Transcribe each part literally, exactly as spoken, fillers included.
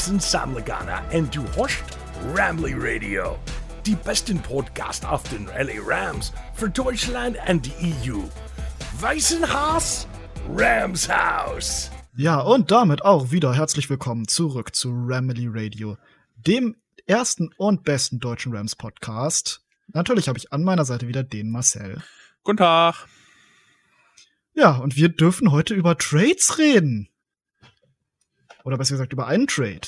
Jason Samlegana und du hörst Ramley Radio. Die besten Podcast auf den L A Rams für Deutschland und die E U. Weißen Haus, Rams Haus. Ja, und damit auch wieder herzlich willkommen zurück zu Ramley Radio, dem ersten und besten deutschen Rams Podcast. Natürlich habe ich an meiner Seite wieder den Marcel. Guten Tag. Ja, und wir dürfen heute über Trades reden. Oder besser gesagt über einen Trade.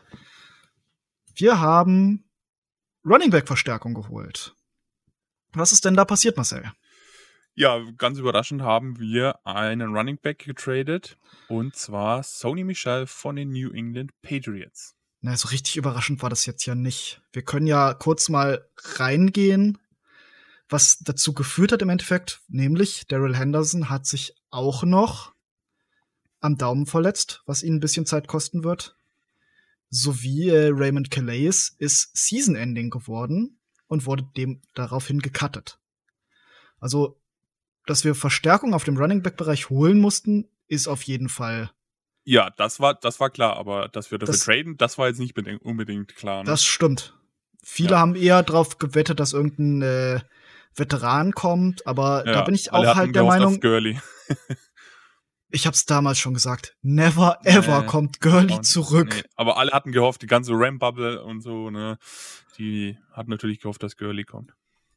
Wir haben Running Back Verstärkung geholt. Was ist denn da passiert, Marcel? Ja, ganz überraschend haben wir einen Running Back getradet. Und zwar Sony Michel von den New England Patriots. Na, so richtig überraschend war das jetzt ja nicht. Wir können ja kurz mal reingehen, was dazu geführt hat im Endeffekt. Nämlich, Darrell Henderson hat sich auch noch am Daumen verletzt, was ihn ein bisschen Zeit kosten wird. Sowie äh, Raymond Calais ist Season-Ending geworden und wurde dem daraufhin gecuttet. Also, dass wir Verstärkung auf dem Running-Back-Bereich holen mussten, ist auf jeden Fall. Ja, das war, das war klar, aber dass wir dafür das, traden, das war jetzt nicht unbedingt klar. Ne? Das stimmt. Viele ja. haben eher drauf gewettet, dass irgendein äh, Veteran kommt, aber ja, da bin ich alle auch halt der gehofft, Meinung. Gurley. Ich hab's damals schon gesagt. Never ever nee, kommt Gurley zurück. Nee. Aber alle hatten gehofft, die ganze Ram-Bubble und so, ne, die hatten natürlich gehofft, dass Gurley kommt.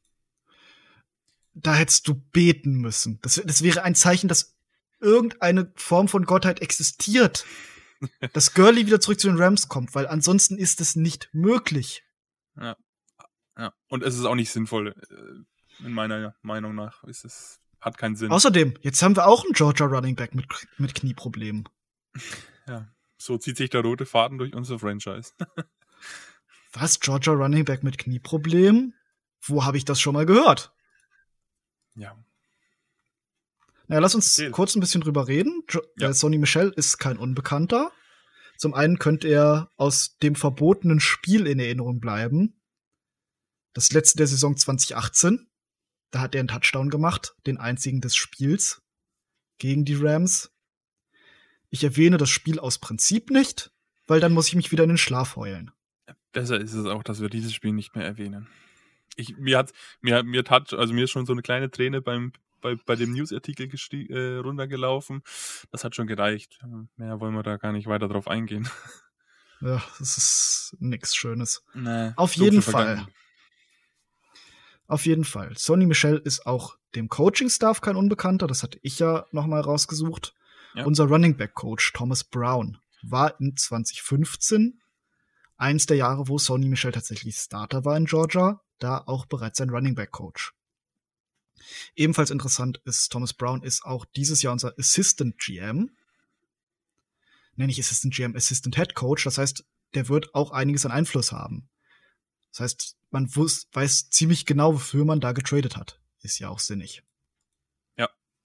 Da hättest du beten müssen. Das, das wäre ein Zeichen, dass irgendeine Form von Gottheit existiert. Dass Gurley wieder zurück zu den Rams kommt, weil ansonsten ist es nicht möglich. Ja. Ja. Und es ist auch nicht sinnvoll. In meiner Meinung nach ist es hat keinen Sinn. Außerdem, jetzt haben wir auch einen Georgia Running Back mit, mit Knieproblemen. Ja, so zieht sich der rote Faden durch unsere Franchise. Was? Georgia Running Back mit Knieproblemen? Wo habe ich das schon mal gehört? Ja. Naja, lass uns Erzähl. kurz ein bisschen drüber reden. Jo- Ja. äh, Sony Michel ist kein Unbekannter. Zum einen könnte er aus dem verbotenen Spiel in Erinnerung bleiben. Das letzte der Saison zwanzig achtzehn. Da hat er einen Touchdown gemacht, den einzigen des Spiels gegen die Rams. Ich erwähne das Spiel aus Prinzip nicht, weil dann muss ich mich wieder in den Schlaf heulen. Besser ist es auch, dass wir dieses Spiel nicht mehr erwähnen. Ich, mir hat, mir, mir tat, also mir ist schon so eine kleine Träne beim, bei, bei dem Newsartikel gesti- äh, runtergelaufen. Das hat schon gereicht. Mehr wollen wir da gar nicht weiter drauf eingehen. Ja, das ist nix Schönes. Nee, Auf dunkle jeden Fall. Vergangenheit. Auf jeden Fall. Sony Michel ist auch dem Coaching-Staff kein Unbekannter. Das hatte ich ja noch mal rausgesucht. Ja. Unser Running-Back-Coach Thomas Brown war in zwanzig fünfzehn eins der Jahre, wo Sony Michel tatsächlich Starter war in Georgia, da auch bereits sein Running-Back-Coach. Ebenfalls interessant ist, Thomas Brown ist auch dieses Jahr unser Assistant G M. Nenne ich Assistant G M, Assistant Head Coach. Das heißt, der wird auch einiges an Einfluss haben. Das heißt, man wus- weiß ziemlich genau, wofür man da getradet hat. Ist ja auch sinnig. Ja.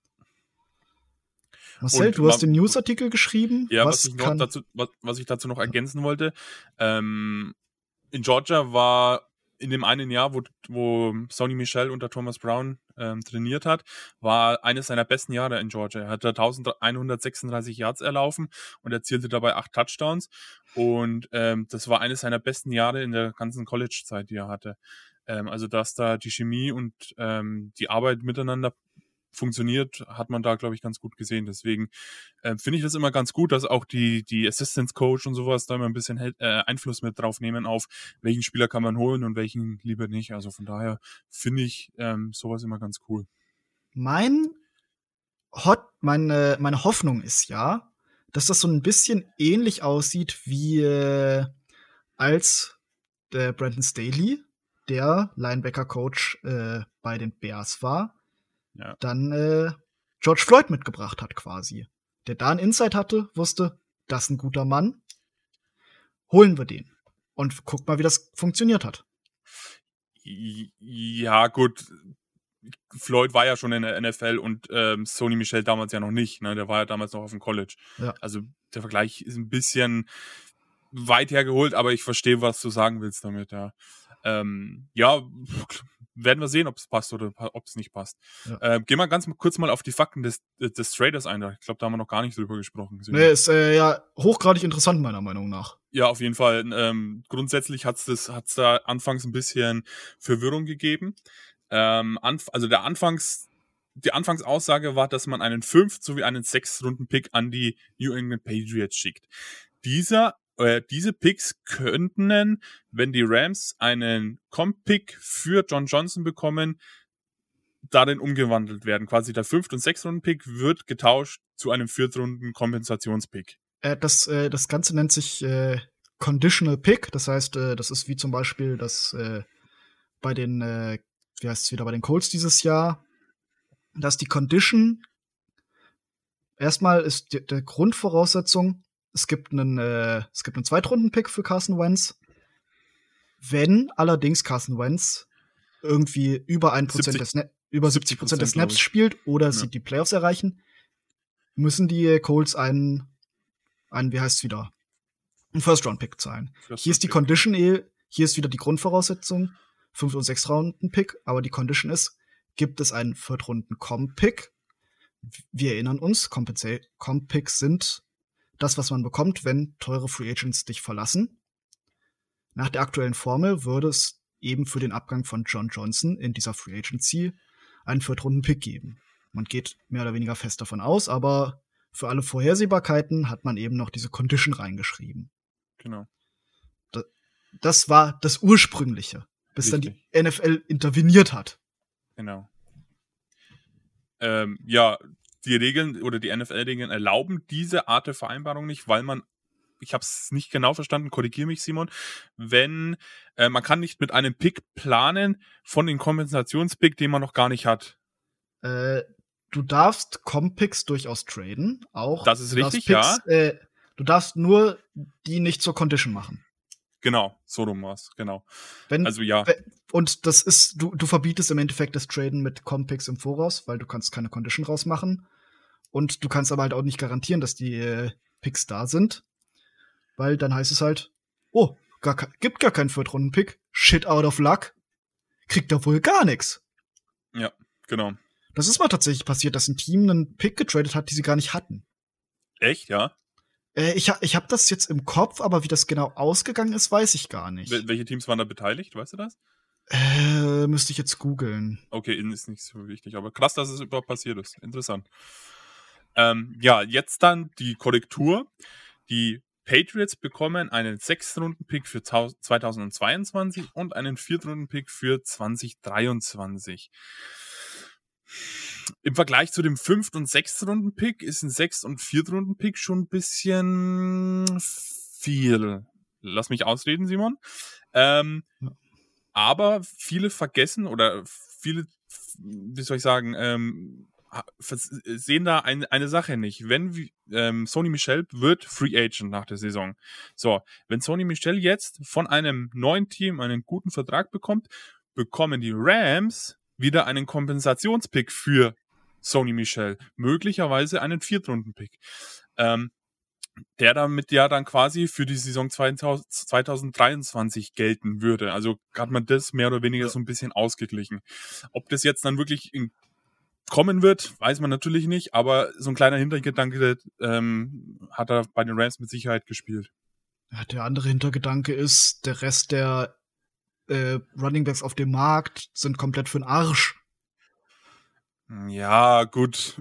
Marcel, Und du hast ma- den Newsartikel geschrieben. Ja, was was, ich noch kann dazu, was, was ich dazu noch ergänzen wollte, ähm, in Georgia war in dem einen Jahr, wo, wo Sony Michel unter Thomas Brown ähm, trainiert hat, war eines seiner besten Jahre in Georgia. Er hat da elfhundertsechsunddreißig Yards erlaufen und erzielte dabei acht Touchdowns. Und ähm, das war eines seiner besten Jahre in der ganzen College-Zeit, die er hatte. Ähm, also, dass da die Chemie und ähm, die Arbeit miteinander funktioniert, hat man da, glaube ich, ganz gut gesehen. Deswegen äh, finde ich das immer ganz gut, dass auch die, die Assistance Coach und sowas da immer ein bisschen äh, Einfluss mit drauf nehmen auf, welchen Spieler kann man holen und welchen lieber nicht. Also von daher finde ich ähm, sowas immer ganz cool. mein Hot, meine, meine Hoffnung ist ja, dass das so ein bisschen ähnlich aussieht wie äh, als der Brandon Staley, der Linebacker-Coach äh, bei den Bears war, Ja. dann äh, George Floyd mitgebracht hat quasi. Der da einen Insight hatte, wusste, das ist ein guter Mann, holen wir den. Und guck mal, wie das funktioniert hat. Ja, gut. Floyd war ja schon in der N F L und ähm, Sony Michel damals ja noch nicht. Ne? Der war ja damals noch auf dem College. Ja. Also der Vergleich ist ein bisschen weit hergeholt, aber ich verstehe, was du sagen willst damit. Ja, ähm, ja werden wir sehen, ob es passt oder ob es nicht passt. Ja. Äh, gehen wir ganz kurz mal auf die Fakten des, des Traders ein. Ich glaube, da haben wir noch gar nicht drüber gesprochen. Nee, ist äh, ja hochgradig interessant, meiner Meinung nach. Ja, auf jeden Fall. Ähm, grundsätzlich hat es das hat's da anfangs ein bisschen Verwirrung gegeben. Ähm, anf- also der Anfangs, die Anfangsaussage war, dass man einen fünf sowie einen sechs Runden Pick an die New England Patriots schickt. Dieser äh, diese Picks könnten, wenn die Rams einen Comp-Pick für John Johnson bekommen, darin umgewandelt werden. Quasi der fünf- und sechs Runden Pick wird getauscht zu einem Viertrunden Kompensationspick. Äh, das, äh, das Ganze nennt sich äh, Conditional Pick. Das heißt, äh, das ist wie zum Beispiel das äh, bei den, äh, wie heißt es wieder, bei den Colts dieses Jahr, dass die Condition erstmal ist die, die Grundvoraussetzung, es gibt einen, äh, es gibt einen Zweitrunden-Pick für Carson Wentz. Wenn allerdings Carson Wentz irgendwie über ein Prozent des Sna- über siebzig Prozent des Snaps spielt oder ja. sie die Playoffs erreichen, müssen die Colts einen, einen wie heißt es wieder, einen First-Round-Pick zahlen. First hier ist die Condition eh, hier ist wieder die Grundvoraussetzung, fünf- und sechs-Runden-Pick, aber die Condition ist, gibt es einen Viertrunden-Comp-Pick. Wir erinnern uns, Comp-Picks sind das, was man bekommt, wenn teure Free Agents dich verlassen. Nach der aktuellen Formel würde es eben für den Abgang von John Johnson in dieser Free Agency einen Viertrunden-Pick geben. Man geht mehr oder weniger fest davon aus, aber für alle Vorhersehbarkeiten hat man eben noch diese Condition reingeschrieben. Genau. Das, das war das Ursprüngliche, bis Richtig. Dann die N F L interveniert hat. Genau. Ähm, ja, die Regeln oder die N F L-Regeln erlauben diese Art der Vereinbarung nicht, weil man, ich habe es nicht genau verstanden, korrigiere mich, Simon, wenn äh, man kann nicht mit einem Pick planen von dem Kompensationspick, den man noch gar nicht hat. Äh, du darfst Comp-Picks durchaus traden, auch. Das ist richtig, Picks, ja. Äh, du darfst nur die nicht zur Condition machen. Genau, so rum war's, genau. Wenn, also ja. Und das ist, du, du verbietest im Endeffekt das Traden mit Comp-Picks im Voraus, weil du kannst keine Condition rausmachen. Und du kannst aber halt auch nicht garantieren, dass die äh, Picks da sind. Weil dann heißt es halt, oh, gar, gibt gar keinen Viertrunden-Pick, shit out of luck, kriegt er wohl gar nichts. Ja, genau. Das ist mal tatsächlich passiert, dass ein Team einen Pick getradet hat, die sie gar nicht hatten. Echt, ja? Äh, ich ha- ich habe das jetzt im Kopf, aber wie das genau ausgegangen ist, weiß ich gar nicht. Wel- welche Teams waren da beteiligt, weißt du das? Äh, müsste ich jetzt googeln. Okay, ist nicht so wichtig, aber krass, dass es überhaupt passiert ist. Interessant. Ähm, ja, jetzt dann die Korrektur. Die Patriots bekommen einen Sechs-Runden-Pick für zweitausendzweiundzwanzig und einen Viertrunden-Pick für zwanzig dreiundzwanzig. Im Vergleich zu dem Fünf- und Sechs-Runden-Pick ist ein Sechs- und Viertrunden-Pick schon ein bisschen viel. Lass mich ausreden, Simon. Ähm, ja. Aber viele vergessen oder viele, wie soll ich sagen, ähm, sehen da ein, eine Sache nicht. Wenn ähm, Sony Michel wird Free Agent nach der Saison. So, wenn Sony Michel jetzt von einem neuen Team einen guten Vertrag bekommt, bekommen die Rams wieder einen Kompensationspick für Sony Michel. Möglicherweise einen Viertrunden-Pick. Ähm, der damit ja dann quasi für die Saison zwanzig dreiundzwanzig gelten würde. Also hat man das mehr oder weniger so ein bisschen ausgeglichen. Ob das jetzt dann wirklich in kommen wird, weiß man natürlich nicht, aber so ein kleiner Hintergedanke ähm, hat er bei den Rams mit Sicherheit gespielt. Ja, der andere Hintergedanke ist, der Rest der äh, Runningbacks auf dem Markt sind komplett für den Arsch. Ja, gut.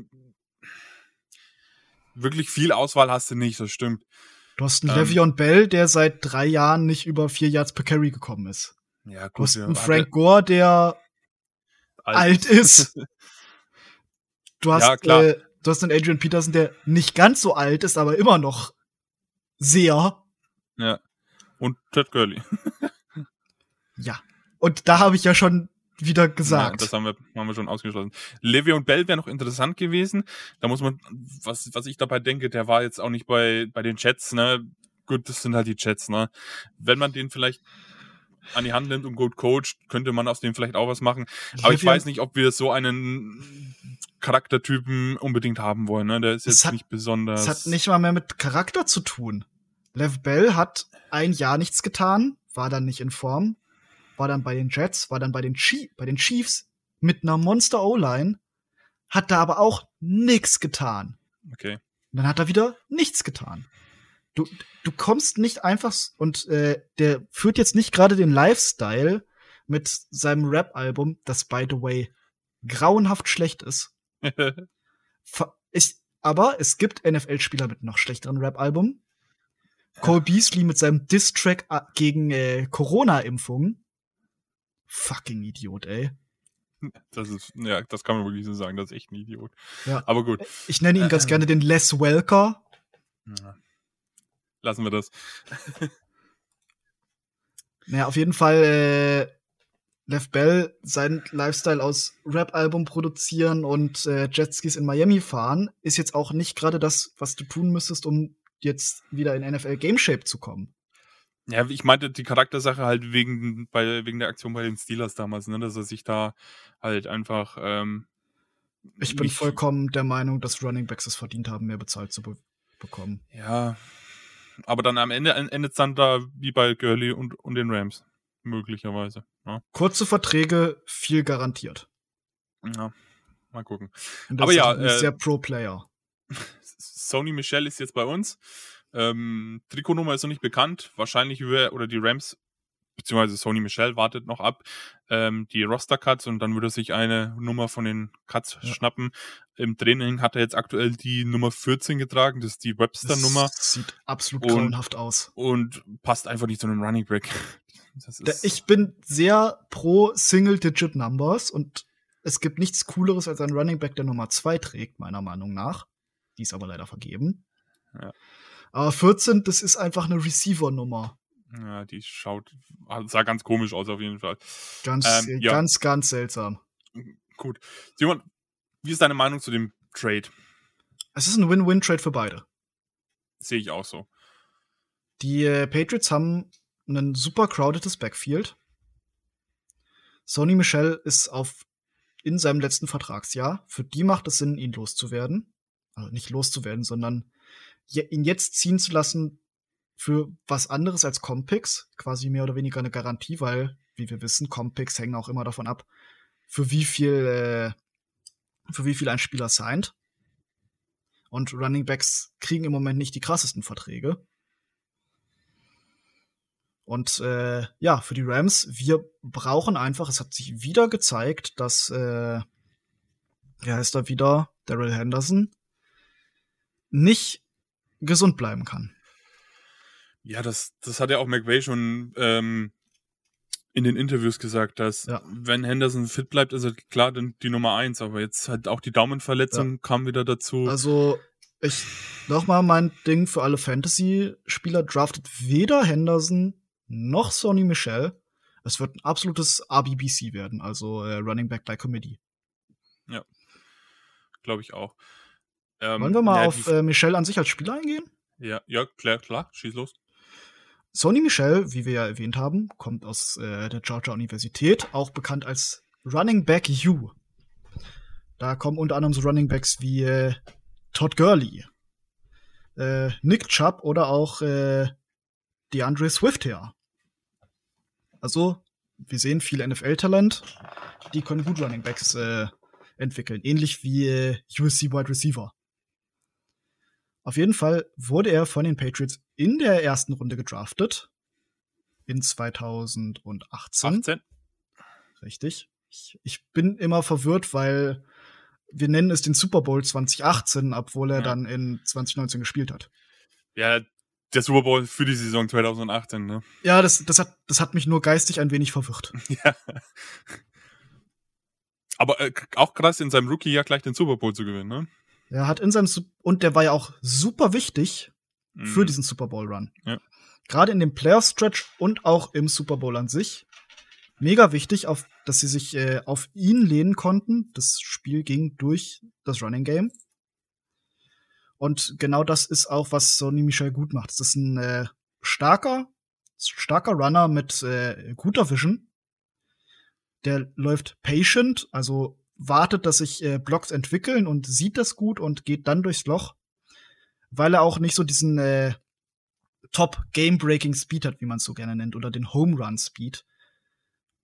Wirklich viel Auswahl hast du nicht, das stimmt. Du hast einen ähm, Le'Veon Bell, der seit drei Jahren nicht über vier Yards per Carry gekommen ist. Ja, gut, du hast ja, einen Frank Gore, der alt, alt ist. Du hast, ja, klar. Äh, du hast einen Adrian Peterson, der nicht ganz so alt ist, aber immer noch sehr. Ja. Und Todd Gurley. Ja. Und da habe ich ja schon wieder gesagt. Ja, das haben wir, haben wir schon ausgeschlossen. Le'Veon Bell wäre noch interessant gewesen. Da muss man, was, was ich dabei denke, der war jetzt auch nicht bei, bei den Jets, ne? Gut, das sind halt die Jets, ne? Wenn man den vielleicht an die Hand nimmt und gut coacht, könnte man aus dem vielleicht auch was machen. Aber ich weiß nicht, ob wir so einen Charaktertypen unbedingt haben wollen, ne? Der ist jetzt hat, nicht besonders. Das hat nicht mal mehr mit Charakter zu tun. Lev Bell hat ein Jahr nichts getan, war dann nicht in Form. war dann bei den Jets, war dann bei den, Chie- bei den Chiefs mit einer Monster-O-Line, hat da aber auch nix getan. Okay. Und dann hat er wieder nichts getan. Du, du kommst nicht einfach s- und äh, der führt jetzt nicht gerade den Lifestyle mit seinem Rap-Album, das by the way grauenhaft schlecht ist. Ver- Ich, aber es gibt N F L-Spieler mit noch schlechteren Rap-Album. Cole Beasley mit seinem Diss-Track a- gegen äh, Corona-Impfungen. Fucking Idiot, ey. Das ist, ja, das kann man wirklich so sagen, das ist echt ein Idiot. Ja. Aber gut. Ich nenne ihn ganz Äh, gerne den Les Welker. Ja. Lassen wir das. Naja, auf jeden Fall äh, Lev Bell sein Lifestyle aus Rap-Album produzieren und äh, Jetskis in Miami fahren ist jetzt auch nicht gerade das, was du tun müsstest, um jetzt wieder in N F L Game Shape zu kommen. Ja, ich meinte die Charaktersache halt wegen, bei, wegen der Aktion bei den Steelers damals, ne, dass er sich da halt einfach ähm, Ich bin nicht- vollkommen der Meinung, dass Running Backs es verdient haben, mehr bezahlt zu be bekommen. Ja, aber dann am Ende endet es dann da wie bei Gurley und, und den Rams. Möglicherweise. Ja. Kurze Verträge, viel garantiert. Ja, mal gucken. Und das Aber ist ja, natürlich äh, sehr pro-Player. Sony Michel ist jetzt bei uns. Ähm, Trikotnummer ist noch nicht bekannt. Wahrscheinlich wär, oder die Rams, beziehungsweise Sony Michel wartet noch ab, ähm, die Roster-Cuts und dann würde er sich eine Nummer von den Cuts Ja. schnappen. Im Training hat er jetzt aktuell die Nummer vierzehn getragen, das ist die Webster-Nummer Das sieht absolut Und- grauenhaft aus. und passt einfach nicht zu einem Running Back. Das Da- ist, Ich bin sehr pro Single-Digit Numbers und es gibt nichts Cooleres als ein Running Back, der Nummer zwei trägt, meiner Meinung nach. Die ist aber leider vergeben. Ja. Aber vierzehn, das ist einfach eine Receiver-Nummer. ja, die schaut, sah ganz komisch aus auf jeden Fall. Ganz, Ähm, ja. ganz, ganz seltsam. Gut. Simon, wie ist deine Meinung zu dem Trade? Es ist ein Win-Win-Trade für beide. Sehe ich auch so. Die äh, Patriots haben ein super crowdedes Backfield. Sony Michel ist auf in seinem letzten Vertragsjahr. Für die macht es Sinn, ihn loszuwerden. Also nicht loszuwerden, sondern je, ihn jetzt ziehen zu lassen für was anderes als Compicks. Quasi mehr oder weniger eine Garantie, weil, wie wir wissen, Compicks hängen auch immer davon ab, für wie viel, äh, für wie viel ein Spieler signed. Und Running Backs kriegen im Moment nicht die krassesten Verträge. Und äh, ja, für die Rams, wir brauchen einfach, es hat sich wieder gezeigt, dass, äh, wie heißt er wieder, Darrell Henderson, nicht gesund bleiben kann. Ja, das, das hat ja auch McVay schon ähm, in den Interviews gesagt, dass Ja. wenn Henderson fit bleibt, ist er klar dann die Nummer eins, aber jetzt hat auch die Daumenverletzung kam wieder dazu. Also, ich, nochmal mein Ding für alle Fantasy-Spieler, draftet weder Henderson noch Sony Michel. Es wird ein absolutes R B B C werden, also äh, Running Back by Committee. Glaube ich auch. Ähm, Wollen wir mal ja, auf die, äh, Michel an sich als Spieler eingehen? ja, ja, klar, klar, schieß los. Sony Michel, wie wir ja erwähnt haben, kommt aus äh, der Georgia Universität, auch bekannt als Running Back U. Da kommen unter anderem so Running Backs wie äh, Todd Gurley, äh, Nick Chubb oder auch äh, DeAndre Swift her. Also, wir sehen viel N F L-Talent, die können gut Running Backs äh, entwickeln, ähnlich wie äh, U S C Wide Receiver. Auf jeden Fall wurde er von den Patriots in der ersten Runde gedraftet. In zweitausendachtzehn. achtzehn? Richtig. Ich, ich bin immer verwirrt, weil wir nennen es den Super Bowl zwanzig achtzehn, obwohl er Ja. dann in zwanzig neunzehn gespielt hat. Ja, der Super Bowl für die Saison zwanzig achtzehn, ne? Ja, das, das, hat, das hat mich nur geistig ein wenig verwirrt. Ja. Aber äh, auch krass, in seinem Rookie-Jahr gleich den Super Bowl zu gewinnen, ne? Er hat in seinem Su- und der war ja auch super wichtig für Mhm. diesen Super Bowl Run. Ja. Gerade in dem Playoff Stretch und auch im Super Bowl an sich. Mega wichtig, auf, dass sie sich äh, auf ihn lehnen konnten. Das Spiel ging durch das Running Game. Und genau das ist auch, was Sony Michel gut macht. Das ist ein äh, starker, starker Runner mit äh, guter Vision. Der läuft patient, also wartet, dass sich äh, Blocks entwickeln und sieht das gut und geht dann durchs Loch, weil er auch nicht so diesen äh, Top-Game-Breaking-Speed hat, wie man es so gerne nennt, oder den Home-Run-Speed.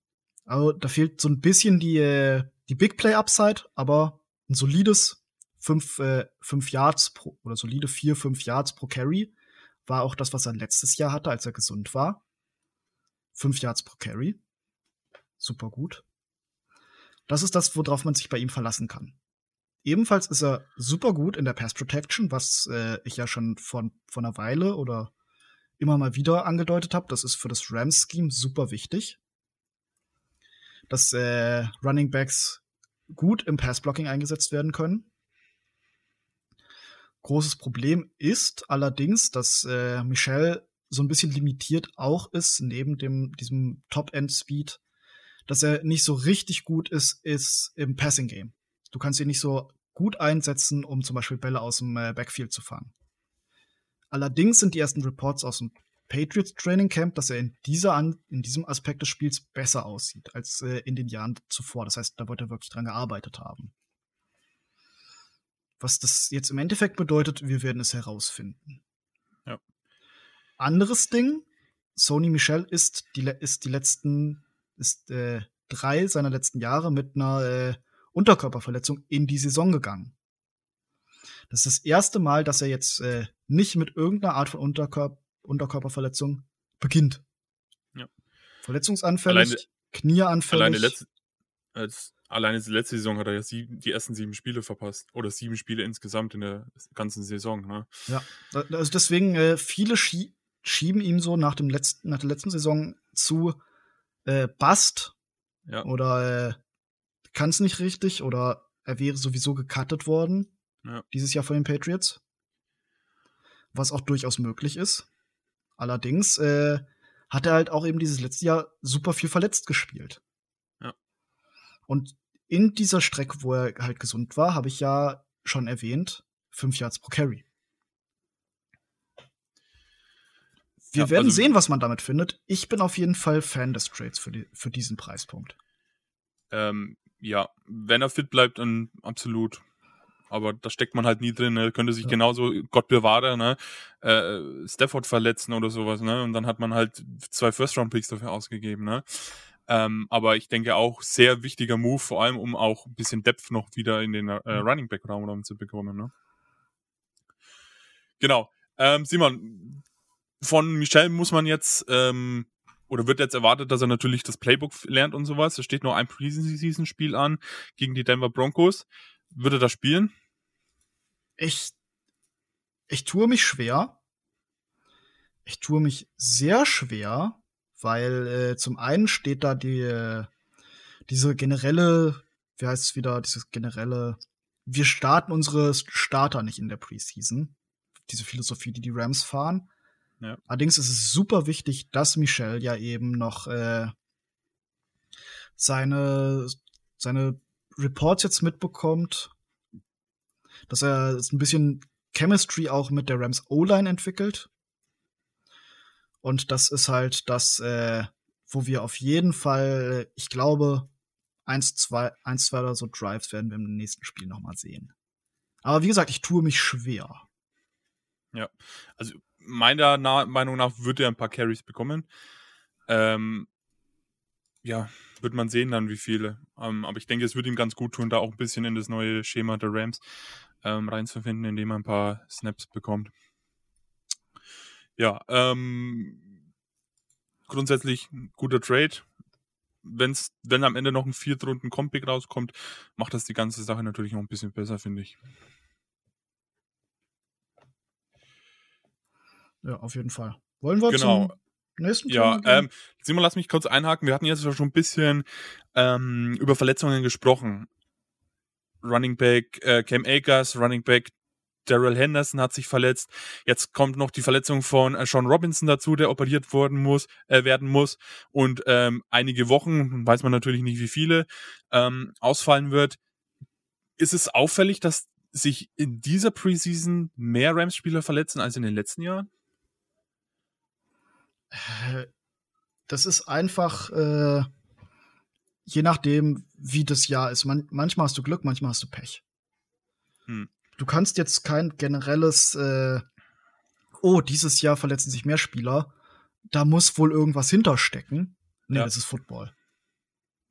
Also da fehlt so ein bisschen die, äh, die Big Play Upside, aber ein solides fünf, äh, fünf Yards pro, oder solide vier, fünf Yards pro Carry war auch das, was er letztes Jahr hatte, als er gesund war. fünf Yards pro Carry. Super gut. Das ist das, worauf man sich bei ihm verlassen kann. Ebenfalls ist er super gut in der Pass Protection, was äh, ich ja schon von, von einer Weile oder immer mal wieder angedeutet habe. Das ist für das Rams-Scheme super wichtig, dass äh, Running Backs gut im Pass-Blocking eingesetzt werden können. Großes Problem ist allerdings, dass äh, Michel so ein bisschen limitiert auch ist, neben dem diesem Top-End-Speed, dass er nicht so richtig gut ist, ist im Passing-Game. Du kannst ihn nicht so gut einsetzen, um zum Beispiel Bälle aus dem äh, Backfield zu fangen. Allerdings sind die ersten Reports aus dem Patriots Training Camp, dass er in, dieser An- in diesem Aspekt des Spiels besser aussieht als äh, in den Jahren zuvor. Das heißt, da wird er wirklich dran gearbeitet haben. Was das jetzt im Endeffekt bedeutet, wir werden es herausfinden. Ja. Anderes Ding, Sony Michel ist die, ist die letzten, ist äh, drei seiner letzten Jahre mit einer äh, Unterkörperverletzung in die Saison gegangen. Das ist das erste Mal, dass er jetzt äh, nicht mit irgendeiner Art von Unterkörper, Unterkörperverletzung beginnt. Ja. Verletzungsanfällig, Alleine, Knieanfällig. Alleine letzte, als, alleine die letzte Saison hat er ja sieben, die ersten sieben Spiele verpasst. Oder sieben Spiele insgesamt in der ganzen Saison. Ne? Ja, also deswegen, äh, viele schie- schieben ihm so nach, dem letzten, nach der letzten Saison zu äh, Bust Ja. oder äh, kann es nicht richtig oder er wäre sowieso gecuttet worden Ja. dieses Jahr von den Patriots. Was auch durchaus möglich ist. Allerdings äh, hat er halt auch eben dieses letzte Jahr super viel verletzt gespielt. Ja. Und in dieser Strecke, wo er halt gesund war, habe ich ja schon erwähnt, fünf Yards pro Carry. Wir Ja, werden also, sehen, was man damit findet. Ich bin auf jeden Fall Fan des Trades für, die, für diesen Preispunkt. Ähm, ja, wenn er fit bleibt, dann absolut. Aber da steckt man halt nie drin. Ne? Könnte sich Ja. genauso, Gott bewahre, ne? äh, Stafford verletzen oder sowas. Ne? Und dann hat man halt zwei First-Round-Picks dafür ausgegeben. Ne? Ähm, aber ich denke auch sehr wichtiger Move, vor allem um auch ein bisschen Depth noch wieder in den äh, Running-Back-Raum zu bekommen. Ne? Genau. Ähm, Simon, von Michel muss man jetzt, ähm, oder wird jetzt erwartet, dass er natürlich das Playbook lernt und sowas. Es steht noch ein Preseason-Spiel an gegen die Denver Broncos. Würde er das spielen? Ich, ich tue mich schwer. Ich tue mich sehr schwer, weil äh, zum einen steht da die äh, diese generelle, wie heißt es wieder, dieses generelle, wir starten unsere Starter nicht in der Preseason. Diese Philosophie, die die Rams fahren. Ja. Allerdings ist es super wichtig, dass Michel ja eben noch äh, seine, seine Reports jetzt mitbekommt, dass er ein bisschen Chemistry auch mit der Rams O-Line entwickelt. Und das ist halt das, äh, wo wir auf jeden Fall, ich glaube, eins, zwei, eins, zwei oder so Drives werden wir im nächsten Spiel noch mal sehen. Aber wie gesagt, ich tue mich schwer. Ja, also meiner Na- Meinung nach würde er ein paar Carries bekommen. Ähm, ja, wird man sehen dann, wie viele. Ähm, aber ich denke, es würde ihm ganz gut tun, da auch ein bisschen in das neue Schema der Rams ähm, reinzufinden, indem er ein paar Snaps bekommt. Ja, ähm, grundsätzlich ein guter Trade. Wenn's, wenn am Ende noch ein Viertrunden-Compick rauskommt, macht das die ganze Sache natürlich noch ein bisschen besser, finde ich. Ja, auf jeden Fall. Wollen wir Genau. zum nächsten Ja, Thema gehen? ähm, Simon, lass mich kurz einhaken. Wir hatten jetzt schon ein bisschen ähm, über Verletzungen gesprochen. Running Back äh, Cam Akers, Running Back Darrell Henderson hat sich verletzt. Jetzt kommt noch die Verletzung von äh, Sean Robinson dazu, der operiert worden muss, äh, werden muss. Und ähm, einige Wochen, weiß man natürlich nicht wie viele, ähm, ausfallen wird. Ist es auffällig, dass sich in dieser Preseason mehr Rams-Spieler verletzen als in den letzten Jahren? Das ist einfach äh, je nachdem, wie das Jahr ist. Man, manchmal hast du Glück, manchmal hast du Pech. Hm. Du kannst jetzt kein generelles äh, oh, dieses Jahr verletzen sich mehr Spieler, da muss wohl irgendwas hinterstecken. Nee, Ja. das ist Football.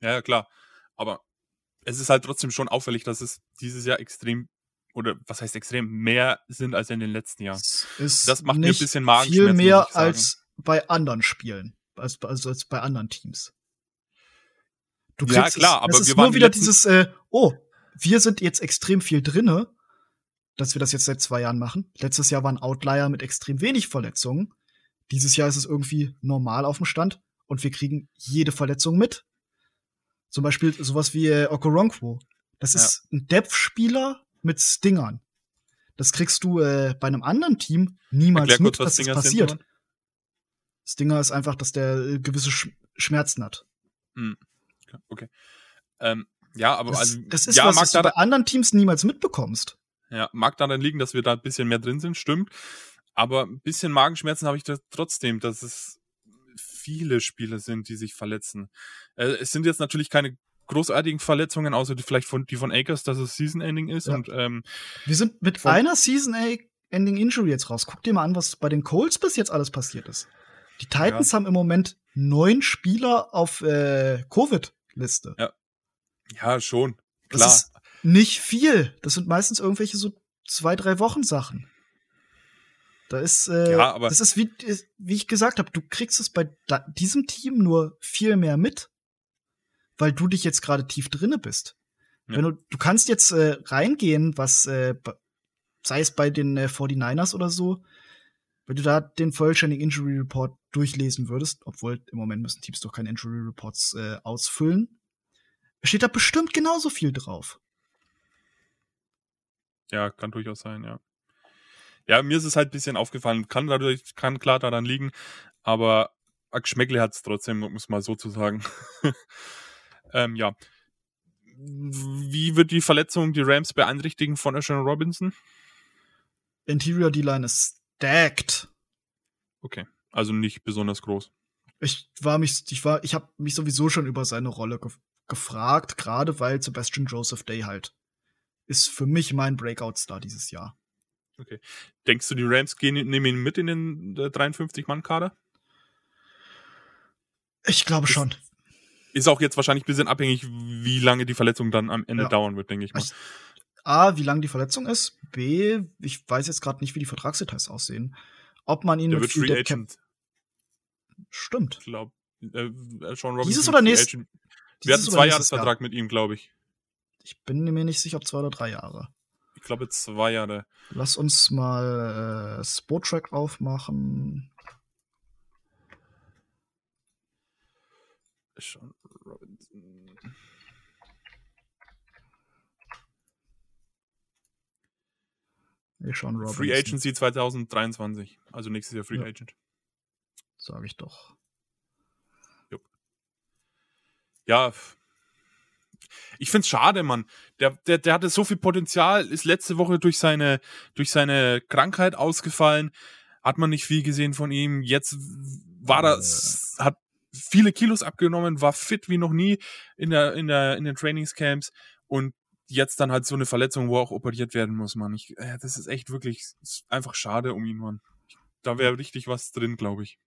Ja, ja, klar. Aber es ist halt trotzdem schon auffällig, dass es dieses Jahr extrem, oder was heißt extrem, mehr sind als in den letzten Jahren. Es ist Das macht mir ein nicht bisschen Magenschmerzen, viel mehr muss ich sagen. als bei anderen Spielen, als, also als bei anderen Teams. Du Ja, kriegst klar, es, aber es ist wir waren nur die wieder letzten- dieses, äh, oh, wir sind jetzt extrem viel drinne, dass wir das jetzt seit zwei Jahren machen. Letztes Jahr war ein Outlier mit extrem wenig Verletzungen. Dieses Jahr ist es irgendwie normal auf dem Stand und wir kriegen jede Verletzung mit. Zum Beispiel sowas wie äh, Okoronkwo. Das ist ein Depth-Spieler mit Stingern. Das kriegst du äh, bei einem anderen Team niemals Erklär mit, kurz, was dass das Stinger sind, passiert. Simon. Stinger ist einfach, dass der äh, gewisse Sch Schmerzen hat. Hm. Okay. Ähm, ja, aber Das, also, das ist ja, was, mag was du da, bei anderen Teams niemals mitbekommst. ja, mag daran liegen, dass wir da ein bisschen mehr drin sind, stimmt. Aber ein bisschen Magenschmerzen habe ich da trotzdem, dass es viele Spieler sind, die sich verletzen. Äh, es sind jetzt natürlich keine großartigen Verletzungen, außer die vielleicht von, die von Akers, dass es Season-Ending ist. Ja. Und ähm, Wir sind mit Von- einer Season-Ending-Injury jetzt raus. Guck dir mal an, was bei den Colts bis jetzt alles passiert ist. Die Titans haben im Moment neun Spieler auf äh, Covid-Liste. ja, schon, Das klar. ist nicht viel. Das sind meistens irgendwelche so zwei, drei Wochen Sachen. Da ist, äh, Ja, aber- das ist wie, wie ich gesagt habe, du kriegst es bei da, diesem Team nur viel mehr mit, weil du dich jetzt gerade tief drinne bist. Ja. Wenn du, du kannst jetzt äh, reingehen, was, äh, b- sei es bei den äh, forty-niners oder so, wenn du da den vollständigen Injury Report durchlesen würdest, obwohl im Moment müssen Teams doch keine Injury Reports äh, ausfüllen, steht da bestimmt genauso viel drauf. Ja, kann durchaus sein, ja. Ja, mir ist es halt ein bisschen aufgefallen. Kann dadurch, kann klar daran liegen, aber ein Geschmäckle hat es trotzdem, um es mal so zu sagen. ähm, ja. Wie wird die Verletzung die Rams beeinträchtigen von Ashton Robinson? Interior D-Line ist stacked. Okay, also nicht besonders groß. Ich war mich, ich war, ich habe mich sowieso schon über seine Rolle ge gefragt, gerade weil Sebastian Joseph Day halt ist für mich mein Breakout-Star dieses Jahr. Denkst du, die Rams gehen, nehmen ihn mit in den äh, dreiundfünfzig-Mann-Kader? Ich glaube Ist- schon. Ist auch jetzt wahrscheinlich ein bisschen abhängig, wie lange die Verletzung dann am Ende Ja. dauern wird, denke ich mal. Ich- A, wie lang die Verletzung ist. B, ich weiß jetzt gerade nicht, wie die Vertragsdetails aussehen. Ob man ihn Der mit wird viel Free Dead Cap Agent, stimmt. glaub. Äh, äh, Sean Robinson Dieses ist oder Free nächst- Agent. Wir Dieses hatten oder zwei nächstes Jahresvertrag mit ihm, glaube ich. Jahr? Ich bin mir nicht sicher, ob zwei oder drei Jahre. Ich glaube zwei Jahre. Lass uns mal äh, Spotrack aufmachen. Sean Robinson. Wir schauen Robinson. Free Agency zwanzig dreiundzwanzig. Also nächstes Jahr Free Ja. Agent. Sag ich doch. Ja. f- Ich find's schade, Mann. Der, der, der hatte so viel Potenzial, ist letzte Woche durch seine, durch seine Krankheit ausgefallen. Hat man nicht viel gesehen von ihm. Jetzt war er, s- hat viele Kilos abgenommen, war fit wie noch nie in der, in der, in den Trainingscamps und jetzt dann halt so eine Verletzung, wo auch operiert werden muss, Mann. Ich, äh, das ist echt wirklich ist einfach schade um ihn, Mann. Da wäre richtig was drin, glaube ich.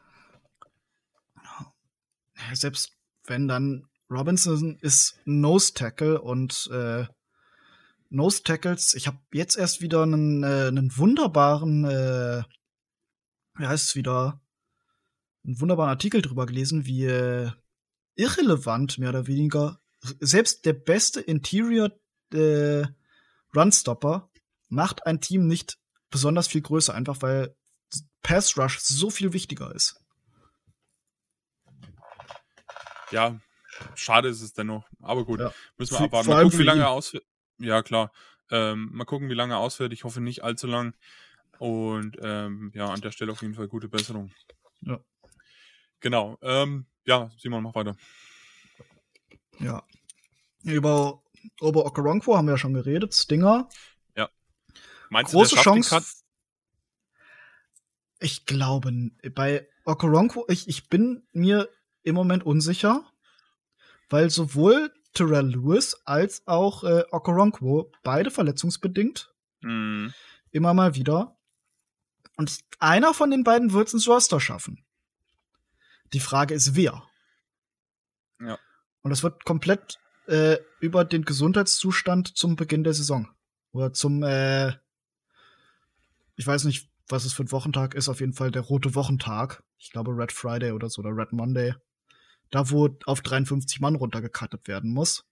Selbst wenn dann Robinson ist Nose Tackle und äh, Nose Tackles, ich habe jetzt erst wieder einen, äh, einen wunderbaren, äh, wie heißt es wieder, einen wunderbaren Artikel drüber gelesen, wie äh, irrelevant mehr oder weniger selbst der beste Interior äh, Runstopper macht ein Team nicht besonders viel größer, einfach weil Pass Rush so viel wichtiger ist. Ja, schade ist es dennoch. Aber gut, Ja. müssen wir Vor- abwarten. vor Mal allem gucken, wie für lange ihn. er ausfällt. Ja, klar. Ähm, mal gucken, wie lange er ausfällt. Ich hoffe nicht allzu lang. Und ähm, ja, an der Stelle auf jeden Fall gute Besserung. Ja. Genau. Ähm, ja, Simon, mach weiter. Ja. Über Ober Okoronkwo haben wir ja schon geredet. Stinger. Meinst Große du, der schafft den Chance. Cut? Ich glaube, n- bei Okoronkwo, ich, ich bin mir im Moment unsicher, weil sowohl Terrell Lewis als auch äh, Okoronkwo, beide verletzungsbedingt, Hm, immer mal wieder. Und einer von den beiden wird es ins Roster schaffen. Die Frage ist, wer? Ja. Und das wird komplett äh, über den Gesundheitszustand zum Beginn der Saison. Oder zum, äh, ich weiß nicht, was es für ein Wochentag ist, auf jeden Fall der rote Wochentag. Ich glaube Red Friday oder so, oder Red Monday. Da, wo auf dreiundfünfzig Mann runtergecuttet werden muss.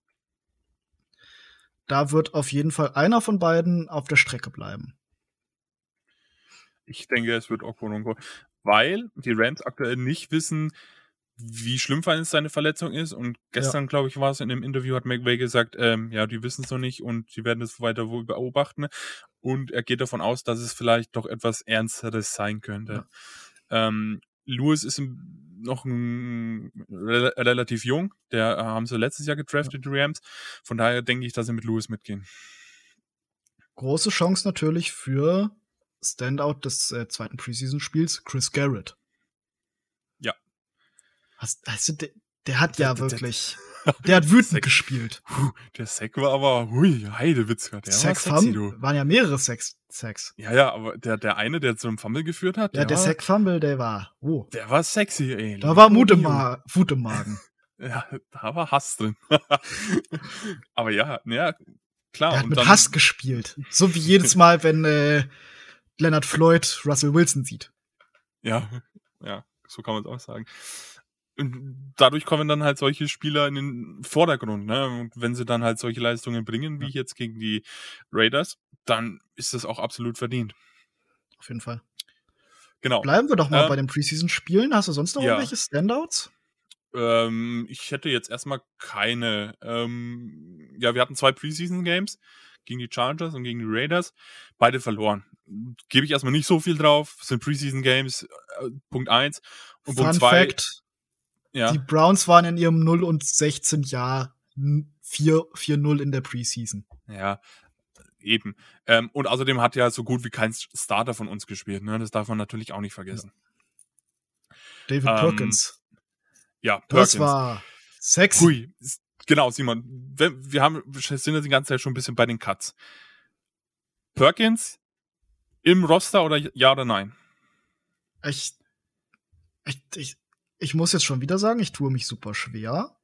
Da wird auf jeden Fall einer von beiden auf der Strecke bleiben. Ich denke, es wird Okoronkwo, weil die Rams aktuell nicht wissen, wie schlimm seine Verletzung ist. Und gestern, ja. glaube ich, war es in dem Interview, hat McVay gesagt, ähm, ja, die wissen es noch nicht und sie werden es weiter wohl beobachten. Und er geht davon aus, dass es vielleicht doch etwas Ernsteres sein könnte. Ja. Ähm, Lewis ist noch ein, re- relativ jung. Der äh, haben sie letztes Jahr gedraftet, ja. die Rams. Von daher denke ich, dass sie mit Lewis mitgehen. Große Chance natürlich für Standout des äh, zweiten Preseason-Spiels, Chris Garrett. Ja. Hast, hast du, der, der hat ja der, wirklich, der, der hat wütend Sack, gespielt. Puh, der Sack war aber, hui, Heidewitzka. Der Sack war sexy, Fumble, waren ja mehrere Sacks. Sacks. Ja, ja, aber der, der eine, der zu einem Fumble geführt hat, ja, der, der Sack Fumble, der war, oh. Der war sexy, ey. Da war Mut im, Ma- Wut im Magen. Ja, da war Hass drin. Aber ja, ja, klar. Er hat und mit dann, Hass gespielt. So wie jedes Mal, wenn äh, Leonard Floyd Russell Wilson sieht. Ja, ja, so kann man es auch sagen. Und dadurch kommen dann halt solche Spieler in den Vordergrund, ne? Und wenn sie dann halt solche Leistungen bringen, wie jetzt gegen die Raiders, dann ist das auch absolut verdient. Auf jeden Fall. Genau. Bleiben wir doch mal ähm, bei den Preseason-Spielen. Hast du sonst noch ja. irgendwelche Standouts? Ähm, ich hätte jetzt erstmal keine. Ähm, ja, wir hatten zwei Preseason-Games gegen die Chargers und gegen die Raiders. Beide verloren. Gebe ich erstmal nicht so viel drauf. Das sind Preseason-Games, äh, Punkt eins. Und Fun Punkt zwei. Fact, ja. Die Browns waren in ihrem null und sechzehn Jahr vier null in der Preseason. Ja, eben. Ähm, und außerdem hat ja so gut wie kein Starter von uns gespielt. Ne? Das darf man natürlich auch nicht vergessen. Ja. David ähm, Perkins. Ja, Perkins. Das war sexy. Hui, genau, Simon. Wir, wir haben, wir sind jetzt die ganze Zeit schon ein bisschen bei den Cuts. Perkins im Roster oder ja oder nein? Ich, ich, ich, ich muss jetzt schon wieder sagen, ich tue mich super schwer.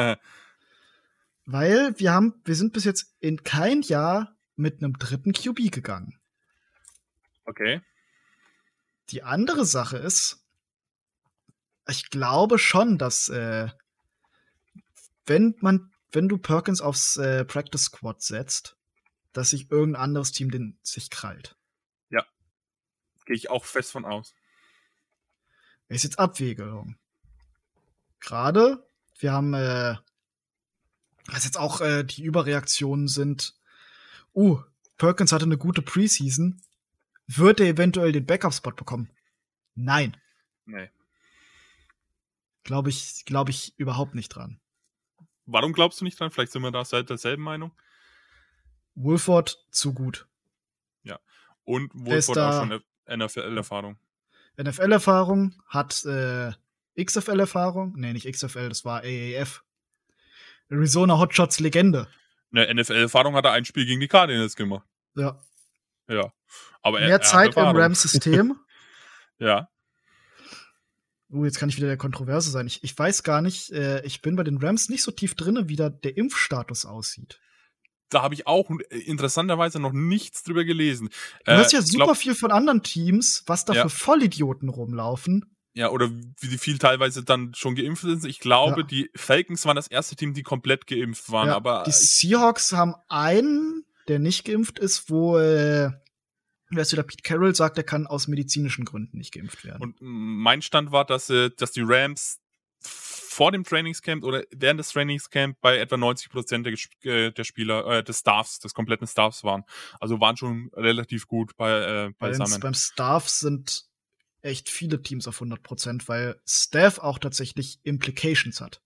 Weil wir haben, wir sind bis jetzt in kein Jahr mit einem dritten Q B gegangen. Okay. Die andere Sache ist, ich glaube schon, dass äh, wenn man, wenn du Perkins aufs äh, Practice Squad setzt, dass sich irgendein anderes Team den sich krallt. Ja. Gehe ich auch fest von aus. Ist jetzt Abwägung. Gerade, wir haben, äh, was jetzt auch äh, die Überreaktionen sind, uh, Perkins hatte eine gute Preseason, wird er eventuell den Backup-Spot bekommen? Nein. Nee. Glaube ich, glaube ich überhaupt nicht dran. Warum glaubst du nicht dran? Vielleicht sind wir da seit derselben Meinung. Wolford zu gut. Ja. Und Wolford auch schon N F L-Erfahrung. N F L-Erfahrung, hat äh, X F L-Erfahrung. Nee, nicht X F L, das war A A F. Arizona Hotshots Legende. Eine N F L-Erfahrung hat er ein Spiel gegen die Cardinals gemacht. Ja. Ja. Aber Mehr er, er Zeit im Rams-System. Ja. Uh, jetzt kann ich wieder der Kontroverse sein. Ich, ich weiß gar nicht, äh, ich bin bei den Rams nicht so tief drin, wie da der Impfstatus aussieht. Da habe ich auch interessanterweise noch nichts drüber gelesen. Du äh, hörst ja super glaub, viel von anderen Teams, was da ja. für Vollidioten rumlaufen. Ja, oder wie viel teilweise dann schon geimpft sind. Ich glaube, ja. die Falcons waren das erste Team, die komplett geimpft waren. Ja, aber die Seahawks haben einen, der nicht geimpft ist, wo äh, wer ist wieder Pete Carroll sagt, er kann aus medizinischen Gründen nicht geimpft werden. Und mein Stand war, dass, äh, dass die Rams vor dem Trainingscamp oder während des Trainingscamp bei etwa neunzig Prozent der, äh, der Spieler, äh, des Staffs, des kompletten Staffs waren. Also waren schon relativ gut bei, äh, beisammen. Beim Staff sind echt viele Teams auf hundert Prozent, weil Staff auch tatsächlich Implications hat.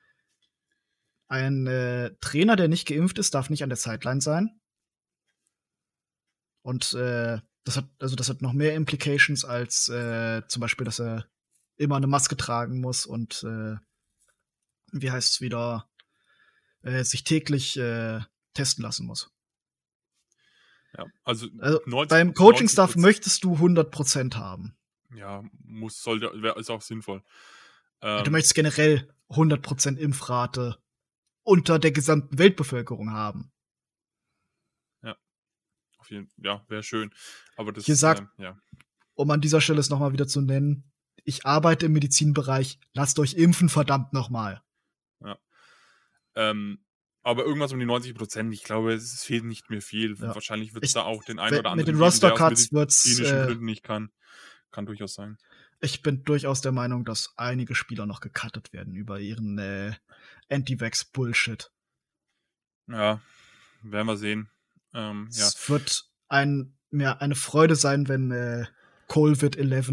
Ein äh, Trainer, der nicht geimpft ist, darf nicht an der Sideline sein. Und äh, das hat also das hat noch mehr Implications als äh, zum Beispiel, dass er immer eine Maske tragen muss und äh, wie heißt es wieder, äh, sich täglich äh, testen lassen muss. Ja, also, also neunzig, beim Coaching-Staff möchtest du hundert Prozent haben. Ja, muss, sollte, ist auch sinnvoll. Ähm, du möchtest generell hundert Prozent Impfrate unter der gesamten Weltbevölkerung haben. Ja, auf jeden, ja, wäre schön. Aber das, Hier sagt, ähm, ja. um an dieser Stelle es nochmal wieder zu nennen, ich arbeite im Medizinbereich, lasst euch impfen, verdammt nochmal. Ja. Ähm, aber irgendwas um die neunzig Prozent, ich glaube, es fehlt nicht mehr viel. Ja. Wahrscheinlich wird es Ich- da auch den einen wenn- oder mit anderen den geben, der aus Roster-Cuts wird's, medizinischen äh, Gründen nicht kann. Kann durchaus sein. Ich bin durchaus der Meinung, dass einige Spieler noch gecuttet werden über ihren äh, Anti-Vax-Bullshit. Ja, werden wir sehen. Ähm, ja. Es wird ein, mir eine Freude sein, wenn äh, Covid elf.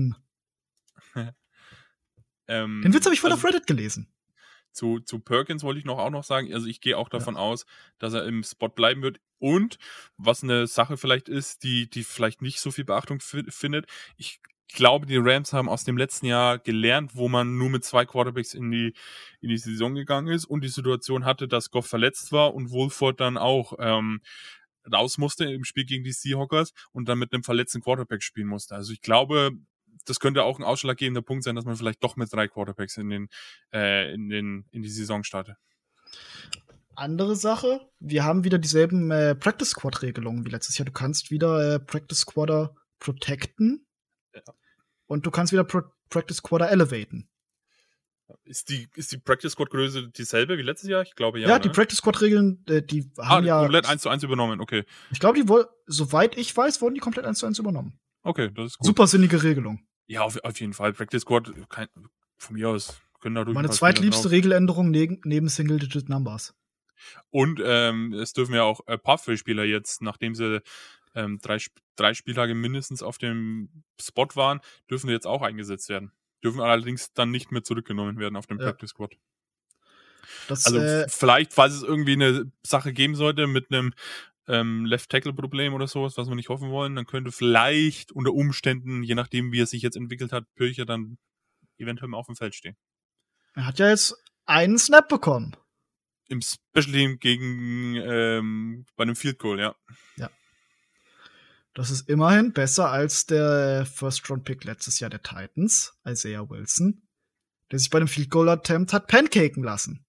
ähm, Den Witz habe ich vorhin also, auf Reddit gelesen. Zu, zu Perkins wollte ich noch auch noch sagen, also ich gehe auch davon ja. aus, dass er im Spot bleiben wird. Und was eine Sache vielleicht ist, die, die vielleicht nicht so viel Beachtung f- findet, ich glaube, die Rams haben aus dem letzten Jahr gelernt, wo man nur mit zwei Quarterbacks in die, in die Saison gegangen ist und die Situation hatte, dass Goff verletzt war und Wolford dann auch ähm, raus musste im Spiel gegen die Seahawkers und dann mit einem verletzten Quarterback spielen musste. Also ich glaube, das könnte auch ein ausschlaggebender Punkt sein, dass man vielleicht doch mit drei Quarterbacks in den, äh, in den, in die Saison startet. Andere Sache, wir haben wieder dieselben äh, Practice-Squad-Regelungen wie letztes Jahr. Du kannst wieder äh, Practice-Squader protecten ja. und du kannst wieder Pro- Practice-Squader elevaten. Ist die, ist die Practice-Squad-Größe dieselbe wie letztes Jahr? Ich glaube, ja. Ja, ne? die Practice-Squad-Regeln, äh, die haben ah, ja komplett eins zu eins übernommen, okay. Ich glaube, die wohl, soweit ich weiß, wurden die komplett eins zu eins übernommen. Okay, das ist gut. Supersinnige Regelung. Ja, auf, auf jeden Fall. Practice Squad, kein, von mir aus, können da Meine zweitliebste Regeländerung neben, neben Single-Digit Numbers. Und ähm, es dürfen ja auch äh, Pathway-Spieler jetzt, nachdem sie ähm, drei, drei Spieltage mindestens auf dem Spot waren, dürfen jetzt auch eingesetzt werden. Dürfen allerdings dann nicht mehr zurückgenommen werden auf dem Ja. Practice Squad. Das, also äh, vielleicht, falls es irgendwie eine Sache geben sollte mit einem ähm, Left-Tackle-Problem oder sowas, was wir nicht hoffen wollen, dann könnte vielleicht unter Umständen, je nachdem, wie er sich jetzt entwickelt hat, Pircher dann eventuell mal auf dem Feld stehen. Er hat ja jetzt einen Snap bekommen. Im Special Team gegen ähm, bei einem Field Goal, ja. Ja. Das ist immerhin besser als der First-Round-Pick letztes Jahr der Titans, Isaiah Wilson, der sich bei dem Field Goal-Attempt hat pancaken lassen.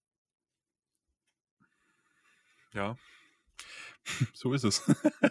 Ja. So ist es.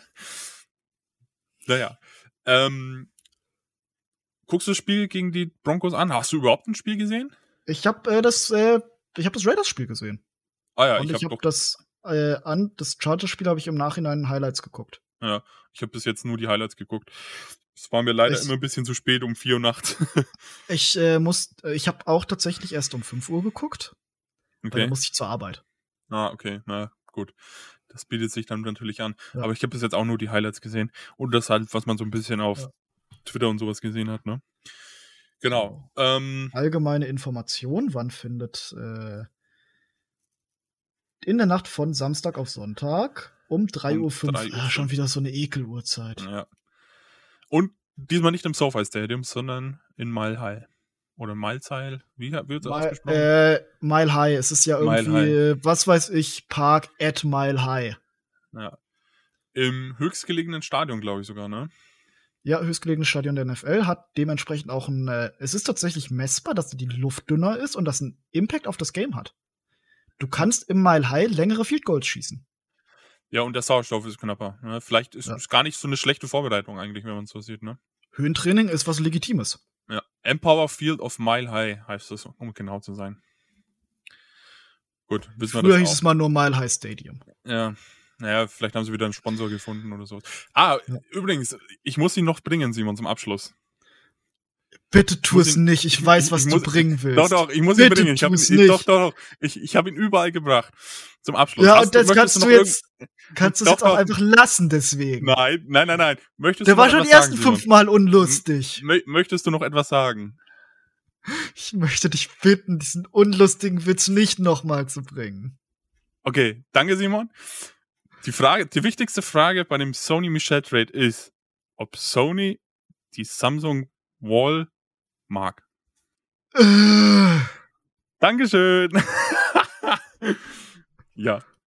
naja. Ähm, guckst du das Spiel gegen die Broncos an? Hast du überhaupt ein Spiel gesehen? Ich habe äh, das, äh, ich habe das Raiders-Spiel gesehen. Ah ja, Und ich ich habe hab das äh, an das Chargers-Spiel habe ich im Nachhinein Highlights geguckt. Ja, ich habe bis jetzt nur die Highlights geguckt. Es war mir leider ich, immer ein bisschen zu spät um vier Uhr nachts. ich äh, muss, ich habe auch tatsächlich erst um fünf Uhr geguckt. Okay. Weil dann musste ich zur Arbeit. Ah, okay, na gut. Das bietet sich dann natürlich an. Ja. Aber ich habe bis jetzt auch nur die Highlights gesehen. Und das halt, was man so ein bisschen auf ja. Twitter und sowas gesehen hat, ne? Genau. So. Ähm, Allgemeine Information, wann findet äh, in der Nacht von Samstag auf Sonntag um drei Uhr fünf. Ah, schon wieder so eine Ekeluhrzeit. Ja. Und diesmal nicht im SoFi Stadium, sondern in Mile High. Oder Mile High, wie wird es ausgesprochen? Äh, Mile High, es ist ja irgendwie, was weiß ich, Park at Mile High. Ja. Im höchstgelegenen Stadion, glaube ich sogar, ne? Ja, höchstgelegenes Stadion der N F L hat dementsprechend auch ein, äh, es ist tatsächlich messbar, dass die Luft dünner ist und das einen Impact auf das Game hat. Du kannst im Mile High längere Field Goals schießen. Ja, und der Sauerstoff ist knapper. Ne? Vielleicht ist es ja. gar nicht so eine schlechte Vorbereitung eigentlich, wenn man es so sieht, ne? Höhentraining ist was Legitimes. Ja, Empower Field of Mile High heißt das, um genau zu sein. Gut, wissen wir das Früher hieß es mal nur Mile High Stadium. Ja, naja, vielleicht haben sie wieder einen Sponsor gefunden oder so. Ah, ja. Übrigens, ich muss ihn noch bringen, Simon, zum Abschluss. Bitte tu es ihn, nicht, ich weiß, was ich, ich du muss, bringen willst. Doch, doch, ich muss ihn Bitte bringen. Ich habe ihn, doch, doch, ich, ich hab ihn überall gebracht. Zum Abschluss. Ja, Hast und das du, kannst du jetzt, kannst du es jetzt auch einfach lassen, deswegen. Nein, nein, nein, nein. Möchtest Der du war schon die ersten sagen, fünfmal unlustig. M- möchtest du noch etwas sagen? Ich möchte dich bitten, diesen unlustigen Witz nicht nochmal zu bringen. Okay, danke, Simon. Die Frage, die wichtigste Frage bei dem Sony Michel Trade ist, ob Sony die Samsung Wall mag. Äh. Dankeschön. Ja.